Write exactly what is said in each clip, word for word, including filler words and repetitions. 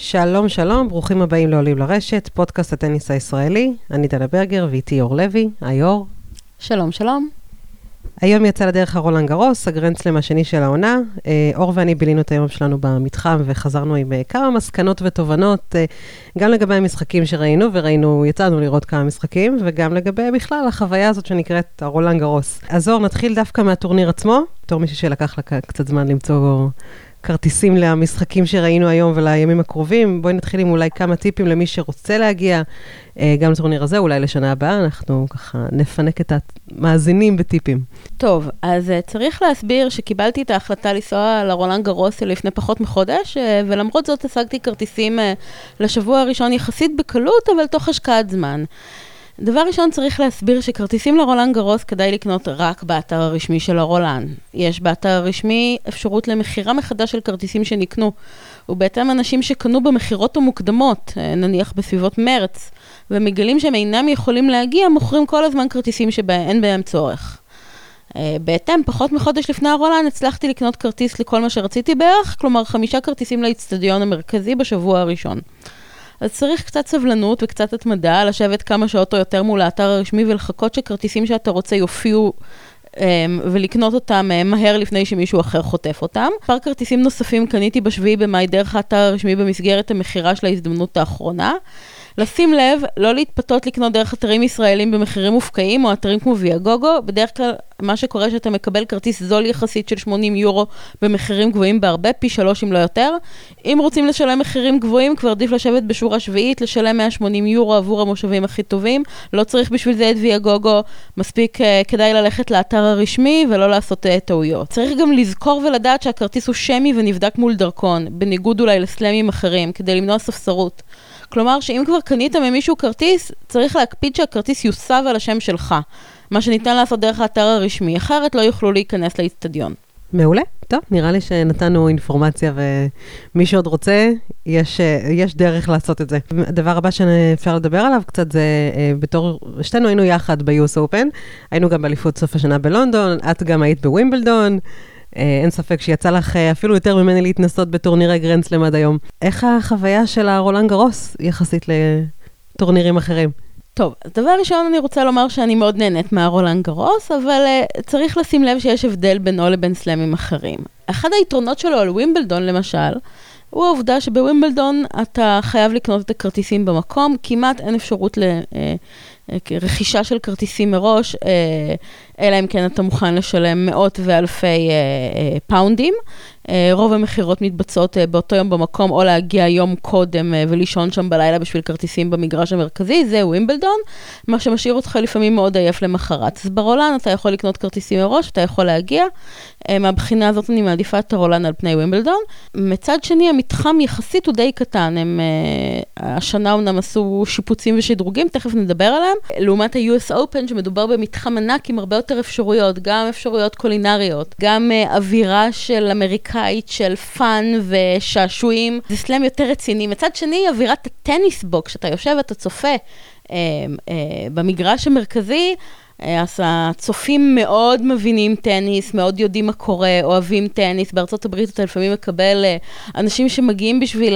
שלום שלום, ברוכים הבאים לעולים לרשת, פודקאסט הטניס הישראלי. אני דנה ברגר ואיתי אור לוי. היי אור. שלום שלום. היום יצא לדרך הרולאן גרוס, הגרנדסלם השני של העונה. אור ואני בילינו את היום שלנו במתחם וחזרנו עם כמה מסקנות ותובנות, גם לגבי המשחקים שראינו, וראינו, יצאנו לראות כמה משחקים, וגם לגבי בכלל החוויה הזאת שנקראת הרולאן גרוס. אז אור, נתחיל דווקא מהטורניר עצמו, בתור מישהו שלקח לה קצת זמן למצוא כרטיסים למשחקים שראינו היום ולימים הקרובים. בואי נתחיל עם אולי כמה טיפים למי שרוצה להגיע, גם לטורניר הזה, אולי לשנה הבאה, אנחנו ככה נפנק את המאזינים בטיפים. טוב, אז צריך להסביר שקיבלתי את ההחלטה לנסוע לרולאן גרוס לפני פחות מחודש, ולמרות זאת השגתי כרטיסים לשבוע הראשון יחסית בקלות, אבל תוך השקעת זמן. דבר ראשון צריך להסביר שכרטיסים לרולאן גרוס כדאי לקנות רק באתר הרשמי של הרולאן. יש באתר הרשמי אפשרות למחירה מחדש של כרטיסים שנקנו, ובהתאם אנשים שקנו במחירות המוקדמות, נניח בסביבות מרץ, ומגלים שהם אינם יכולים להגיע, מוכרים כל הזמן כרטיסים שאין בהם צורך. בהתאם, פחות מחודש לפני הרולאן הצלחתי לקנות כרטיס לכל מה שרציתי בערך, כלומר חמישה כרטיסים לאצטדיון המרכזי בשבוע הראשון. אז צריך קצת סבלנות וקצת התמדה, לשבת כמה שעות או יותר מול האתר הרשמי ולחכות שכרטיסים שאתה רוצה יופיעו ולקנות אותם מהר לפני שמישהו אחר חוטף אותם. כבר כרטיסים נוספים קניתי בשביעי במאי דרך האתר הרשמי במסגרת המחירה של ההזדמנות האחרונה. לשים לב, לא להתפתות לקנות דרך אתרים ישראלים במחירים מופקעים או אתרים כמו ויאגוגו. בדרך כלל מה שקורה שאתה מקבל כרטיס זול יחסית של שמונים יורו במחירים גבוהים בהרבה, פי שלוש אם לא יותר. אם רוצים לשלם מחירים גבוהים, כבר עדיף לשבת בשורה שביעית, לשלם מאה ושמונים יורו עבור המושבים הכי טובים. לא צריך בשביל זה את ויאגוגו, מספיק uh, כדאי ללכת לאתר הרשמי ולא לעשות uh, טעויות. צריך גם לזכור ולדעת שהכרטיס הוא שמי ונבדק מול דרכון, בניגוד אולי לסלמים אחרים, כדי למנוע ספסרות. כלומר, שאם כבר קנית ממישהו כרטיס, צריך להקפיד שהכרטיס יוסב על השם שלך, מה שניתן לעשות דרך האתר הרשמי, אחרת לא יוכלו להיכנס לאצטדיון. מעולה. טוב, נראה לי שנתנו אינפורמציה, ומי שעוד רוצה, יש, יש דרך לעשות את זה. הדבר הבא שאפשר לדבר עליו קצת זה, בתור, שתינו היינו יחד ב-יו אס Open, היינו גם באליפות סוף השנה בלונדון, את גם היית בווימבלדון, אין ספק שיצא לך אפילו יותר ממני להתנסות בטורנירי גרנדסלם עד היום. איך החוויה של הרולאן גרוס יחסית לטורנירים אחרים? טוב, אז דבר ראשון אני רוצה לומר שאני מאוד נהנית מהרולאן גרוס, אבל uh, צריך לשים לב שיש הבדל בינו לבין סלמים אחרים. אחד היתרונות שלו על ווימבלדון למשל, הוא העובדה שבווימבלדון אתה חייב לקנות את הכרטיסים במקום, כמעט אין אפשרות לרכישה של כרטיסים מראש, אלא אם כן אתה מוכן לשלם מאות ואלפי פאונדים. רוב המחירות מתבצעות באותו יום במקום, או להגיע יום קודם ולישון שם בלילה בשביל כרטיסים במגרש המרכזי, זה ווימבלדון, מה שמשאיר אותך לפעמים מאוד עייף למחרת. אז ברולאן אתה יכול לקנות כרטיסים מראש, אתה יכול להגיע. מהבחינה הזאת אני מעדיפה את הרולאן על פני ווימבלדון. מצד שני, המתחם יחסית הוא די קטן. הם השנה אומנם עשו שיפוצים ושדרוגים, תכף נדבר עליהם. לעומת ה-יו אס Open, שמדובר במתחם ענק עם הרבה יותר אפשרויות, גם אפשרויות קולינריות, גם אווירה של אמריקאית, של פאן ושעשועים. זה סלם יותר רציני. מצד שני, אווירת הטניס בו, כשאתה יושב ואתה צופה אה, אה, במגרש המרכזי, אז הצופים מאוד מבינים טניס, מאוד יודעים מה קורה, אוהבים טניס. בארצות הברית אתה לפעמים מקבל אנשים שמגיעים בשביל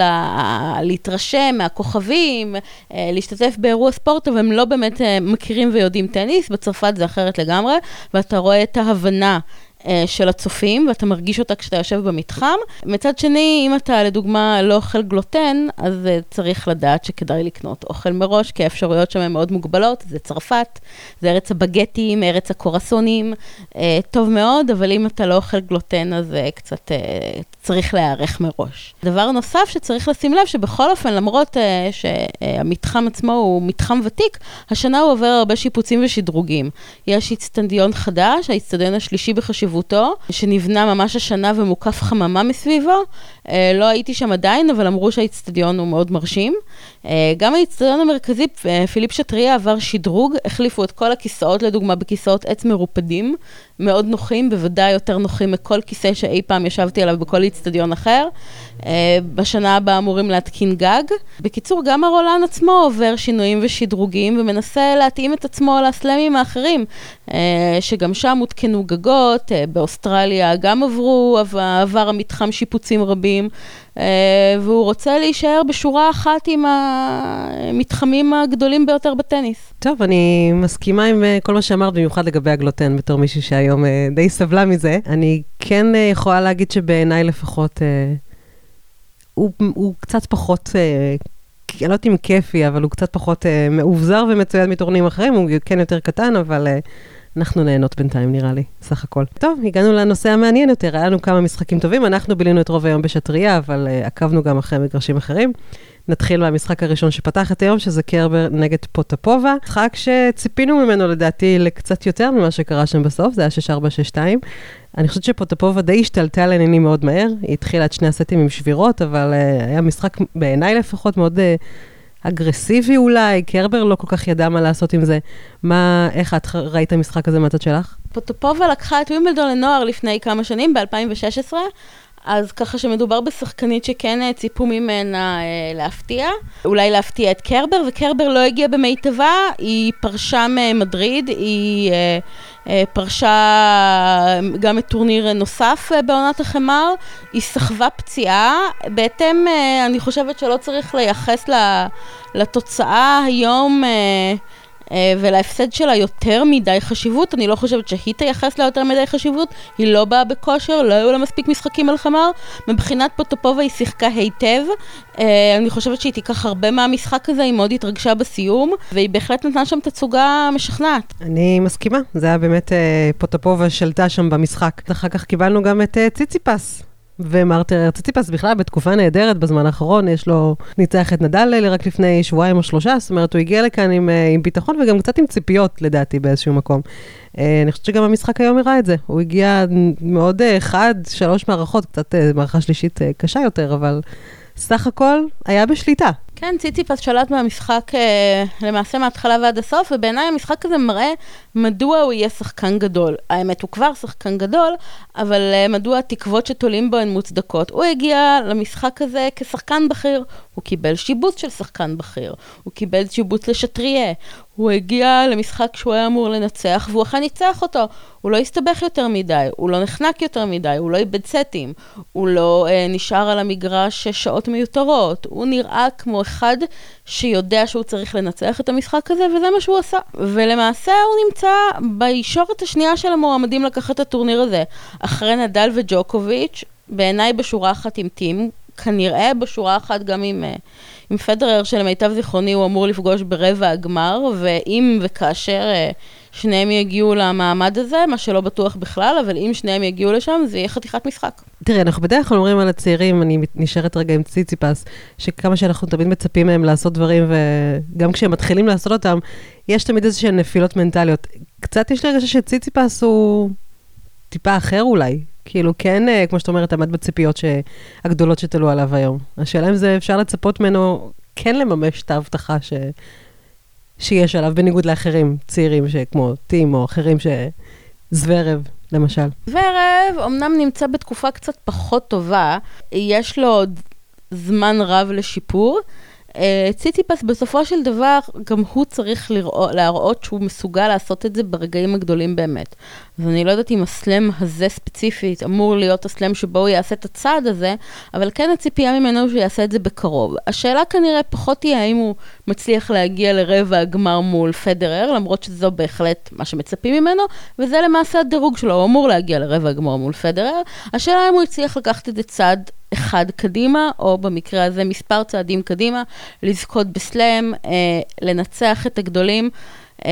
להתרשם מהכוכבים, להשתתף באירוע ספורט, אבל הם לא באמת מכירים ויודעים טניס. בצרפת זה אחרת לגמרי, ואתה רואה את ההבנה של הצופים, ואתה מרגיש אותה כשאתה יושב במתחם. מצד שני, אם אתה לדוגמה לא אוכל גלוטן, אז צריך לדעת שכדאי לקנות אוכל מראש, כי האפשרויות שם הן מאוד מוגבלות. זה צרפת, זה ארץ הבגטים, ארץ הקורסונים, טוב מאוד, אבל אם אתה לא אוכל גלוטן, אז קצת צריך להיערך מראש. דבר נוסף שצריך לשים לב, שבכל אופן, למרות שהמתחם עצמו הוא מתחם ותיק, השנה הוא עובר הרבה שיפוצים ושדרוגים. יש אצטדיון חדש, האצטדיון השלישי בחשיבותו, שנבנה ממש השנה ומוקף חממה מסביבו. לא הייתי שם עדיין, אבל אמרו שהאצטדיון הוא מאוד מרשים. גם האצטדיון המרכזי, פיליפ שטריה עבר שדרוג, החליפו את כל הכיסאות, לדוגמה בכיסאות עץ מרופדים, מאוד נוחים, בוודאי יותר נוחים מכל כיסא שאי פעם ישבתי עליו בכל אצטדיון אחר. בשנה הבאה אמורים להתקין גג. בקיצור, גם הרולאן עצמו עובר שינויים ושדרוגים, ומנסה להתאים את עצמו לסלמים האחרים, שגם שם הותקנו גגות, באוסטרליה גם עברו, עבר המתחם שיפוצים רבים, והוא רוצה להישאר בשורה אחת עם המתחמים הגדולים ביותר בטניס. טוב, אני מסכימה עם כל מה שאמרת, במיוחד לגבי הגלוטן, בתור מישהי שהיום די סבלה מזה. אני כן יכולה להגיד שבעיניי לפחות, הוא, הוא קצת פחות, אני לא יודעת אם כיפי, אבל הוא קצת פחות מאובזר ומצויד מטורנים אחרים, הוא כן יותר קטן, אבל אנחנו נהנות בינתיים, נראה לי, סך הכל. טוב, הגענו לנושא המעניין יותר, היה לנו כמה משחקים טובים, אנחנו בילינו את רוב היום בשטריה, אבל uh, עקבנו גם אחרי מגרשים אחרים. נתחיל מהמשחק הראשון שפתח את היום, שזה קרבר נגד פוטפובה. משחק שציפינו ממנו לדעתי לקצת יותר ממה שקרה שם בסוף, זה היה שש ארבע שש שתיים. אני חושבת שפוטפובה די השתלטה על העניינים מאוד מהר, היא התחילה את שני הסטים עם שבירות, אבל uh, היה משחק בעיניי לפחות מאוד... Uh, אגרסיבי אולי, קרבר לא כל כך ידע מה לעשות עם זה. מה, איך את ראית המשחק הזה מהצד שלך? פוטופובה לקחה את וימבלדון לנוער לפני כמה שנים, ב-אלפיים ושש עשרה, אז ככה שמדובר בשחקנית שכן ציפו ממנה אה, להפתיע, אולי להפתיע את קרבר, וקרבר לא הגיעה במיטבה, היא פרשה ממדריד, היא אה, אה, פרשה גם את טורניר נוסף אה, בעונת החמר, היא סחבה פציעה, בהתאם אה, אני חושבת שלא צריך לייחס לתוצאה היום, אה, ולהפסד שלה יותר מדי חשיבות, אני לא חושבת שהיא תייחס לה יותר מדי חשיבות, היא לא באה בכושר, לא היו לה מספיק משחקים על חמר, מבחינת פוטופובה היא שיחקה היטב, אני חושבת שהיא תיקח הרבה מהמשחק הזה, היא מאוד התרגשה בסיום, והיא בהחלט נתנה שם תצוגה משכנעת. אני מסכימה, זה היה באמת פוטופובה שלטה שם במשחק. אחר כך קיבלנו גם את ציציפס. ומרטר ציציפס בכלל בתקופה נהדרת בזמן האחרון, יש לו ניצח את נדל רק לפני שבועיים או שלושה, זאת אומרת הוא הגיע לכאן עם, עם ביטחון וגם קצת עם ציפיות לדעתי באיזשהו מקום. אני חושבת שגם המשחק היום הראה את זה, הוא הגיע מאוד חד, שלוש מערכות, קצת מערכה שלישית קשה יותר, אבל סך הכל היה בשליטה. כן, ציציפס שלט מהמשחק למעשה מההתחלה ועד הסוף, ובעיניי המשחק הזה מראה מדוע הוא יהיה שחקן גדול. האמת, הוא כבר שחקן גדול, אבל מדוע התקוות שתולים בו הן מוצדקות. הוא הגיע למשחק הזה כשחקן בכיר, הוא קיבל שיבוץ של שחקן בכיר, הוא קיבל שיבוץ לשטריה, הוא הגיע למשחק שהוא היה אמור לנצח, והוא אכן ניצח אותו. הוא לא הסתבך יותר מדי, הוא לא נחנק יותר מדי, הוא לא איבד סטים, הוא לא אה, נשאר על המגרש שעות מיותרות, הוא נראה כמו אחד שיודע שהוא צריך לנצח את המשחק הזה, וזה מה שהוא עשה. ולמעשה הוא נמצא בישורת השנייה של המועמדים לקחת את הטורניר הזה, אחרי נדל וג'וקוביץ', בעיניי בשורה אחת עם טים, כנראה בשורה אחת גם עם, עם פדרר שלמיטב זיכרוני הוא אמור לפגוש ברבע הגמר, ואם וכאשר שניהם יגיעו למעמד הזה, מה שלא בטוח בכלל, אבל אם שניהם יגיעו לשם, זה יהיה חתיכת משחק. תראי, אנחנו בדרך כלל אומרים על הצעירים, אני נשארת רגע עם ציציפס, שכמה שאנחנו תמיד מצפים מהם לעשות דברים, וגם כשהם מתחילים לעשות אותם, יש תמיד איזושהי נפילות מנטליות. קצת יש לי רגע שציציפס הוא טיפה אחר אולי. כאילו כן, כמו שאת אומרת, עמד בציפיות הגדולות שתלו עליו היום. השאלה אם זה אפשר לצפות ממנו כן לממש את ההבטחה ש... שיש עליו, בניגוד לאחרים צעירים כמו טים או אחרים שזוורב, למשל. זוורב אמנם נמצא בתקופה קצת פחות טובה, יש לו עוד זמן רב לשיפור, ציציפס בסופו של דבר גם הוא צריך לראות, להראות שהוא מסוגל לעשות את זה ברגעים הגדולים באמת. אז אני לא יודעת אם הסלם הזה ספציפית אמור להיות הסלם שבו הוא יעשה את הצעד הזה, אבל כן הציפייה ממנו שהוא יעשה את זה בקרוב. השאלה כנראה פחות היא האם הוא מצליח להגיע לרבע הגמר מול פדרר, למרות שזו בהחלט מה שמצפים ממנו, וזה למעשה הדירוג שלו, הוא אמור להגיע לרבע הגמר מול פדרר. השאלה אם הוא יצליח לקחת את זה צעד אחד קדימה, או במקרה הזה מספר צעדים קדימה, לזכות בסלם, אה, לנצח את הגדולים. אה,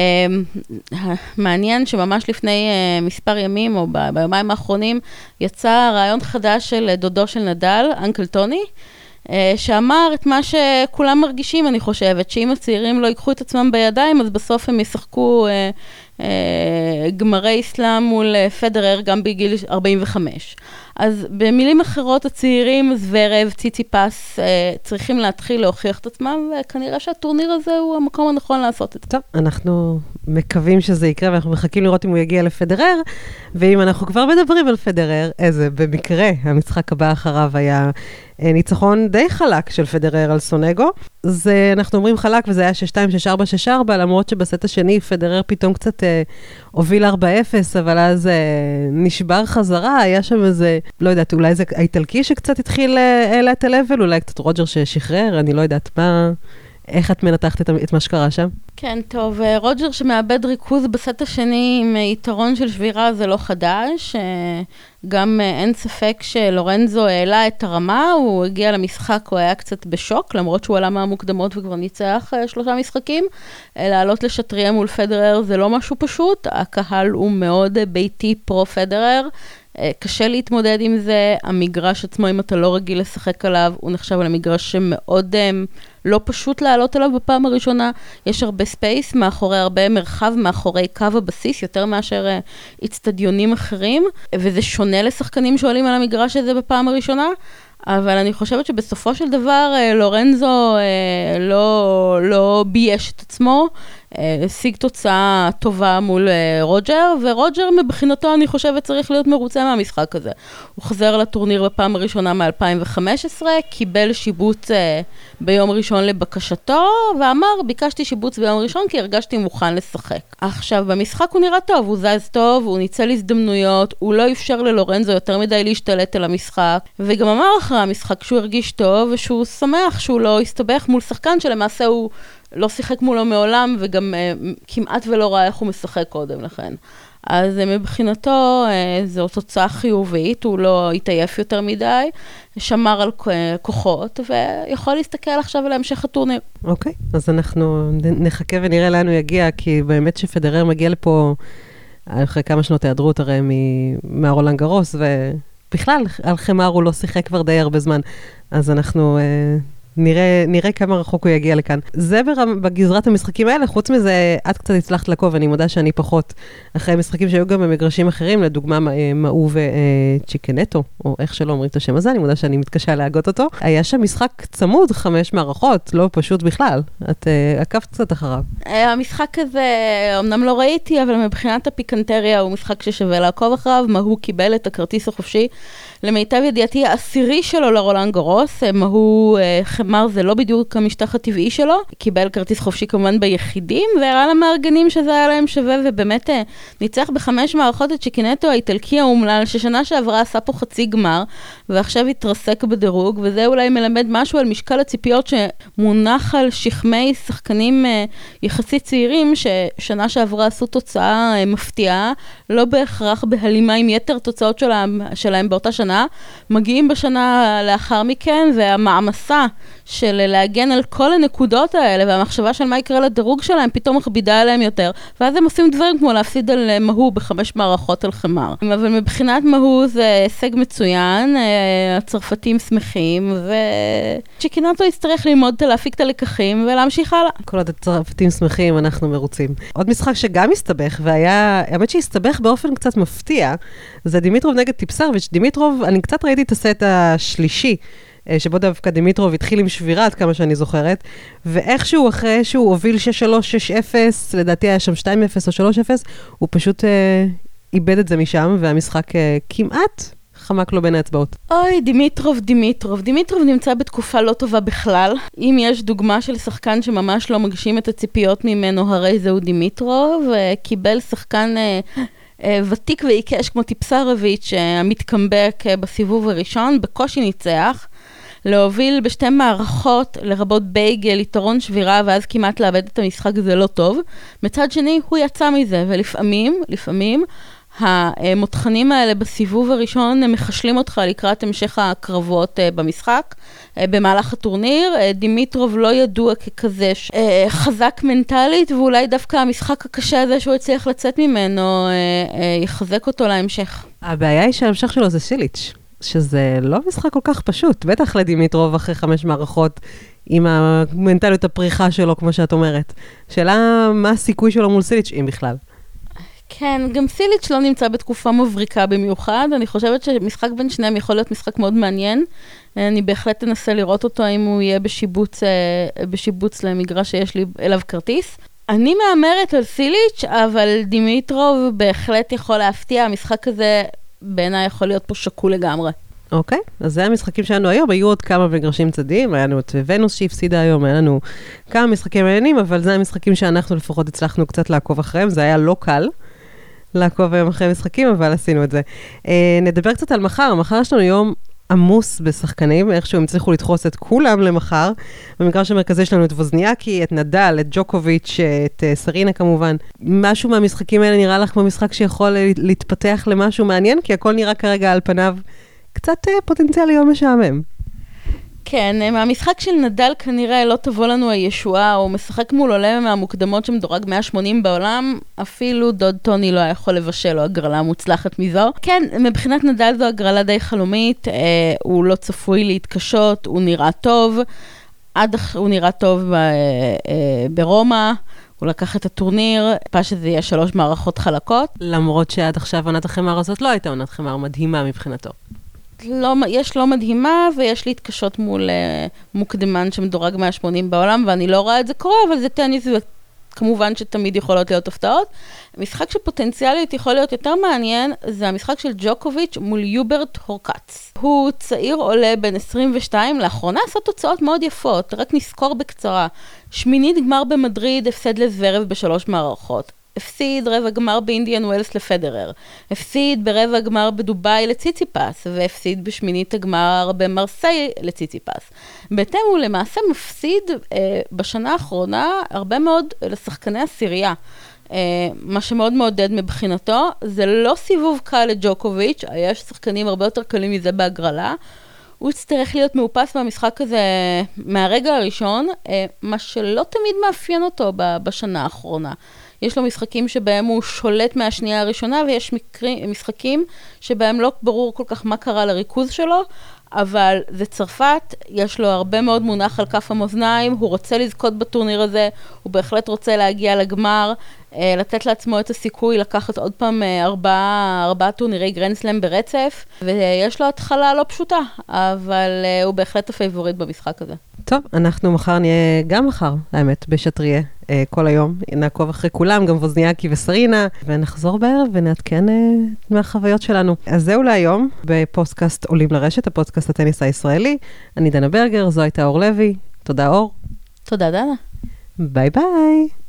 מעניין שממש לפני אה, מספר ימים, או ב- ביומיים האחרונים, יצא רעיון חדש של דודו של נדל, אנקל טוני, אה, שאמר את מה שכולם מרגישים, אני חושבת, שאם הצעירים לא ייקחו את עצמם בידיים, אז בסוף הם ישחקו אה, אה, גמרי סלאם מול פדרר גם בגיל ארבעים וחמש. אז במילים אחרות הצעירים, זוורב, ציציפס, אה, צריכים להתחיל להוכיח את עצמם, וכנראה שהטורניר הזה הוא המקום הנכון לעשות את זה. טוב, אנחנו מקווים שזה יקרה, ואנחנו מחכים לראות אם הוא יגיע לפדרר, ואם אנחנו כבר מדברים על פדרר, איזה במקרה, המשחק הבא אחריו היה ניצחון די חלק של פדרר על סונגו. זה, אנחנו אומרים חלק, וזה היה שש שתיים, שש ארבע, שש ארבע, למרות שבסט השני פדרר פתאום קצת אה, הוביל ארבע אפס, אבל אז אה, נשבר חזרה, היה שם איזה, לא יודעת, אולי זה האיטלקי שקצת התחיל העלה את הלבל, אולי קצת רוג'ר ששחרר, אני לא יודעת מה... איך את מנתחת את, את מה שקרה שם? כן, טוב, רוג'ר שמאבד ריכוז בסט השני עם יתרון של שבירה זה לא חדש, גם אין ספק שלורנזו העלה את הרמה, הוא הגיע למשחק, הוא היה קצת בשוק, למרות שהוא עלה מהמוקדמות וכבר ניצח שלושה משחקים, לעלות לשטריה מול פדרר זה לא משהו פשוט, הקהל הוא מאוד ביתי פרו פדרר, קשה להתמודד עם זה, המגרש עצמו, אם אתה לא רגיל לשחק עליו, הוא נחשב על המגרש שמאוד לא פשוט לעלות עליו בפעם הראשונה, יש הרבה ספייס, מאחורי הרבה מרחב, מאחורי קו הבסיס, יותר מאשר אצטדיונים אחרים, וזה שונה לשחקנים שעולים על המגרש הזה בפעם הראשונה, אבל אני חושבת שבסופו של דבר לורנזו לא, לא בייש את עצמו, השיג תוצאה טובה מול רוג'ר, ורוג'ר מבחינתו אני חושבת צריך להיות מרוצה מהמשחק הזה. הוא חזר לטורניר בפעם הראשונה מ-אלפיים וחמש עשרה, קיבל שיבוץ ביום ראשון לבקשתו, ואמר, ביקשתי שיבוץ ביום ראשון כי הרגשתי מוכן לשחק. עכשיו, במשחק הוא נראה טוב, הוא זז טוב, הוא ניצל הזדמנויות, הוא לא אפשר ללורנזו יותר מדי להשתלט על המשחק, וגם אמר אחרי המשחק שהוא הרגיש טוב, ושהוא שמח שהוא לא הסתבך מול שחקן שלמעשה הוא לא שיחק מולו מעולם, וגם uh, כמעט ולא ראה איך הוא משחק קודם לכן. אז uh, מבחינתו uh, זו תוצאה חיובית, הוא לא התעייף יותר מדי, שמר על uh, כוחות, ויכול להסתכל עכשיו על המשך הטורניר. אוקיי, okay, אז אנחנו נחכה ונראה לאן הוא יגיע, כי באמת שפדרר מגיע לפה אחרי כמה שנות היעדרות הרי מהרולאן גרוס, ובכלל על חמר הוא לא שיחק כבר די הרבה זמן, אז אנחנו... Uh, נראה, נראה כמה רחוק הוא יגיע לכאן. זה בגזרת המשחקים האלה, חוץ מזה, את קצת הצלחת לעקוב, אני מודה שאני פחות, אחרי משחקים שהיו גם במגרשים אחרים, לדוגמה, מאו וצ'יקנטו, או איך שלא אומרים את השם הזה, אני מודה שאני מתקשה להגות אותו. היה שם משחק צמוד, חמש מערכות, לא פשוט בכלל. את עקבת קצת אחריו. המשחק הזה, אמנם לא ראיתי, אבל מבחינת הפיקנטריה, הוא משחק ששווה לעקוב אחריו, מאו קיבל את הכרטיס החופשי, למיטב ידיעתי, העשירי שלו לרולאן גרוס, מאו חמר זה לא בדיוק המשטח הטבעי שלו, קיבל כרטיס חופשי כמובן ביחידים, והראה למארגנים שזה היה להם שווה, ובאמת ניצח בחמש מערכות את צ'יקינטו האיטלקי האומלל, ששנה שעברה עשה פה חצי גמר, ועכשיו התרסק בדירוג, וזה אולי מלמד משהו על משקל הציפיות שמונח על שכמי שחקנים יחסית צעירים, ששנה שעברה עשו תוצאה מפתיעה, לא בהכרח בהלימה עם יתר תוצאות שלהם, שלהם באותה שנה, מגיעים בשנה לאחר מכן, והמעמסה של להגן על כל הנקודות האלה, והמחשבה של מה יקרה לדירוג שלהם, פתאום מכבידה עליהם יותר, ואז הם עושים דברים כמו להפסיד על מאו בחמש מערכות על חמר. אבל מבחינת מאו זה הישג מצוין, הצרפתים שמחים, וצ'יקינטו יצטרך ללמוד להפיק את הלקחים ולהמשיך הלאה. כל עוד הצרפתים שמחים, אנחנו מרוצים. עוד משחק שגם הסתבך, והיה, האמת שהסתבך באופן קצת מפתיע, זה דימיטרוב נגד טיפסרוביץ'. דימיטרוב, אני קצת ראיתי את הסט השלישי, שבו דווקא דימיטרוב התחיל עם שבירה, עד כמה שאני זוכרת, ואיכשהו אחרי שהוא הוביל שש שלוש, שש אפס, לדעתי היה שם שתיים אפס או שלוש אפס, הוא פשוט אה, איבד את זה משם, והמשחק אה, כמעט חמק לו בין האצבעות. אוי, דימיטרוב, דימיטרוב. דימיטרוב נמצא בתקופה לא טובה בכלל. אם יש דוגמה של שחקן שממש לא מגשים את הציפיות ממנו, הרי זהו דימיטרוב, קיבל שחקן... אה, ותיק ועיקש כמו טיפסרוביץ' המתקמבק בסיבוב הראשון, בקושי ניצח, להוביל בשתי מערכות, לרבות בייגל, יתרון שבירה, ואז כמעט לאבד את המשחק זה לא טוב. מצד שני, הוא יצא מזה, ולפעמים, לפעמים, המותחנים האלה בסיבוב הראשון, הם מחשלים אותך לקראת המשך הקרבות במשחק. במהלך הטורניר, דימיטרוב לא ידוע ככזה חזק מנטלית, ואולי דווקא המשחק הקשה הזה שהוא הצליח לצאת ממנו, יחזק אותו להמשך. הבעיה היא שההמשך שלו זה סיליץ', שזה לא משחק כל כך פשוט, בטח לדימיטרוב אחרי חמש מערכות, עם המנטליות הפריחה שלו, כמו שאת אומרת. שאלה מה הסיכוי שלו מול סיליץ', אם בכלל. כן, גם סיליץ' לא נמצא בתקופה מבריקה במיוחד, אני חושבת שמשחק בין שניהם יכול להיות משחק מאוד מעניין, אני בהחלט אנסה לראות אותו אם הוא יהיה בשיבוץ, בשיבוץ למגרש שיש לי אליו כרטיס. אני מאמרת על סיליץ', אבל דימיטרוב בהחלט יכול להפתיע. המשחק הזה בעיניי יכול להיות פה שקול לגמרי. אוקיי, אז זה המשחקים שלנו היום, היו עוד כמה מגרשים צדדיים, היה לנו את ונוס שהפסידה היום, היה לנו כמה משחקים מעניינים, אבל זה המשחקים שאנחנו לפחות הצלחנו קצת לעקוב אחריהם, זה היה לא קל לעקוב היום אחרי משחקים, אבל עשינו את זה. אה, נדבר קצת על מחר, מחר יש לנו יום עמוס בשחקנים, איכשהו הם הצליחו לדחוס את כולם למחר, במגרש המרכזי שלנו את ווזניאקי, את נדל, את ג'וקוביץ', את uh, סרינה כמובן. משהו מהמשחקים האלה נראה לך כמו משחק שיכול להתפתח למשהו מעניין, כי הכל נראה כרגע על פניו קצת uh, פוטנציאל יום משעמם. כן, מהמשחק של נדל כנראה לא תבוא לנו הישועה, הוא משחק מול עולה מהמוקדמות שמדורג מאה ושמונים בעולם, אפילו דוד טוני לא יכול לבשל, או הגרלה מוצלחת מזו. כן, מבחינת נדל זו הגרלה די חלומית, אה, הוא לא צפוי להתקשות, הוא נראה טוב, עד הוא נראה טוב ב, אה, ברומא, הוא לקח את הטורניר, פעם שזה יהיה שלוש מערכות חלקות. למרות שעד עכשיו עונת החמר הזאת לא הייתה עונת חמר מדהימה מבחינתו. לא, יש לא מדהימה, ויש להתקשות מול uh, מוקדמן שמדורג מאה ושמונים בעולם, ואני לא רואה את זה קורה, אבל זה טניס, וכמובן שתמיד יכולות להיות הפתעות. המשחק שפוטנציאלית יכול להיות יותר מעניין, זה המשחק של ג'וקוביץ' מול יוברט הורקץ. הוא צעיר עולה בין עשרים ושתיים, לאחרונה עשה תוצאות מאוד יפות, רק נזכור בקצרה. שמינית גמר במדריד, הפסד לזוורב בשלוש מערכות. הפסיד רבע גמר באינדיאן ווילס לפדרר, הפסיד ברבע גמר בדוביי לציציפס, והפסיד בשמינית הגמר במרסיי לציציפס. בהתאם הוא למעשה מפסיד אה, בשנה האחרונה הרבה מאוד לשחקני הסירייה. אה, מה שמאוד מעודד מבחינתו, זה לא סיבוב קל לג'וקוביץ', יש שחקנים הרבה יותר קלים מזה בהגרלה, הוא יצטרך להיות מאופס במשחק הזה מהרגע הראשון, אה, מה שלא תמיד מאפיין אותו בשנה האחרונה. יש לו משחקים שבהם הוא שולט מהשנייה הראשונה, ויש מקרים, משחקים שבהם לא ברור כל כך מה קרה לריכוז שלו, אבל זה צרפת, יש לו הרבה מאוד מונח על כף המאזניים, הוא רוצה לזכות בטורניר הזה, הוא בהחלט רוצה להגיע לגמר, לתת לעצמו את הסיכוי לקחת עוד פעם ארבעה, ארבעה טורנירי גרנד-סלאם ברצף, ויש לו התחלה לא פשוטה, אבל הוא בהחלט הפייבוריט במשחק הזה. טוב, אנחנו מחר נהיה גם מחר, האמת, בשטריה, כל היום. נעקוב אחרי כולם, גם ווזניאקי וסרינה, ונחזור בערב ונעדכן מהחוויות שלנו. אז זהו להיום, בפודקאסט עולים לרשת, הפודקאסט הטניס הישראלי. אני דנה ברגר, זו הייתה אור לוי. תודה אור. תודה דנה. ביי ביי.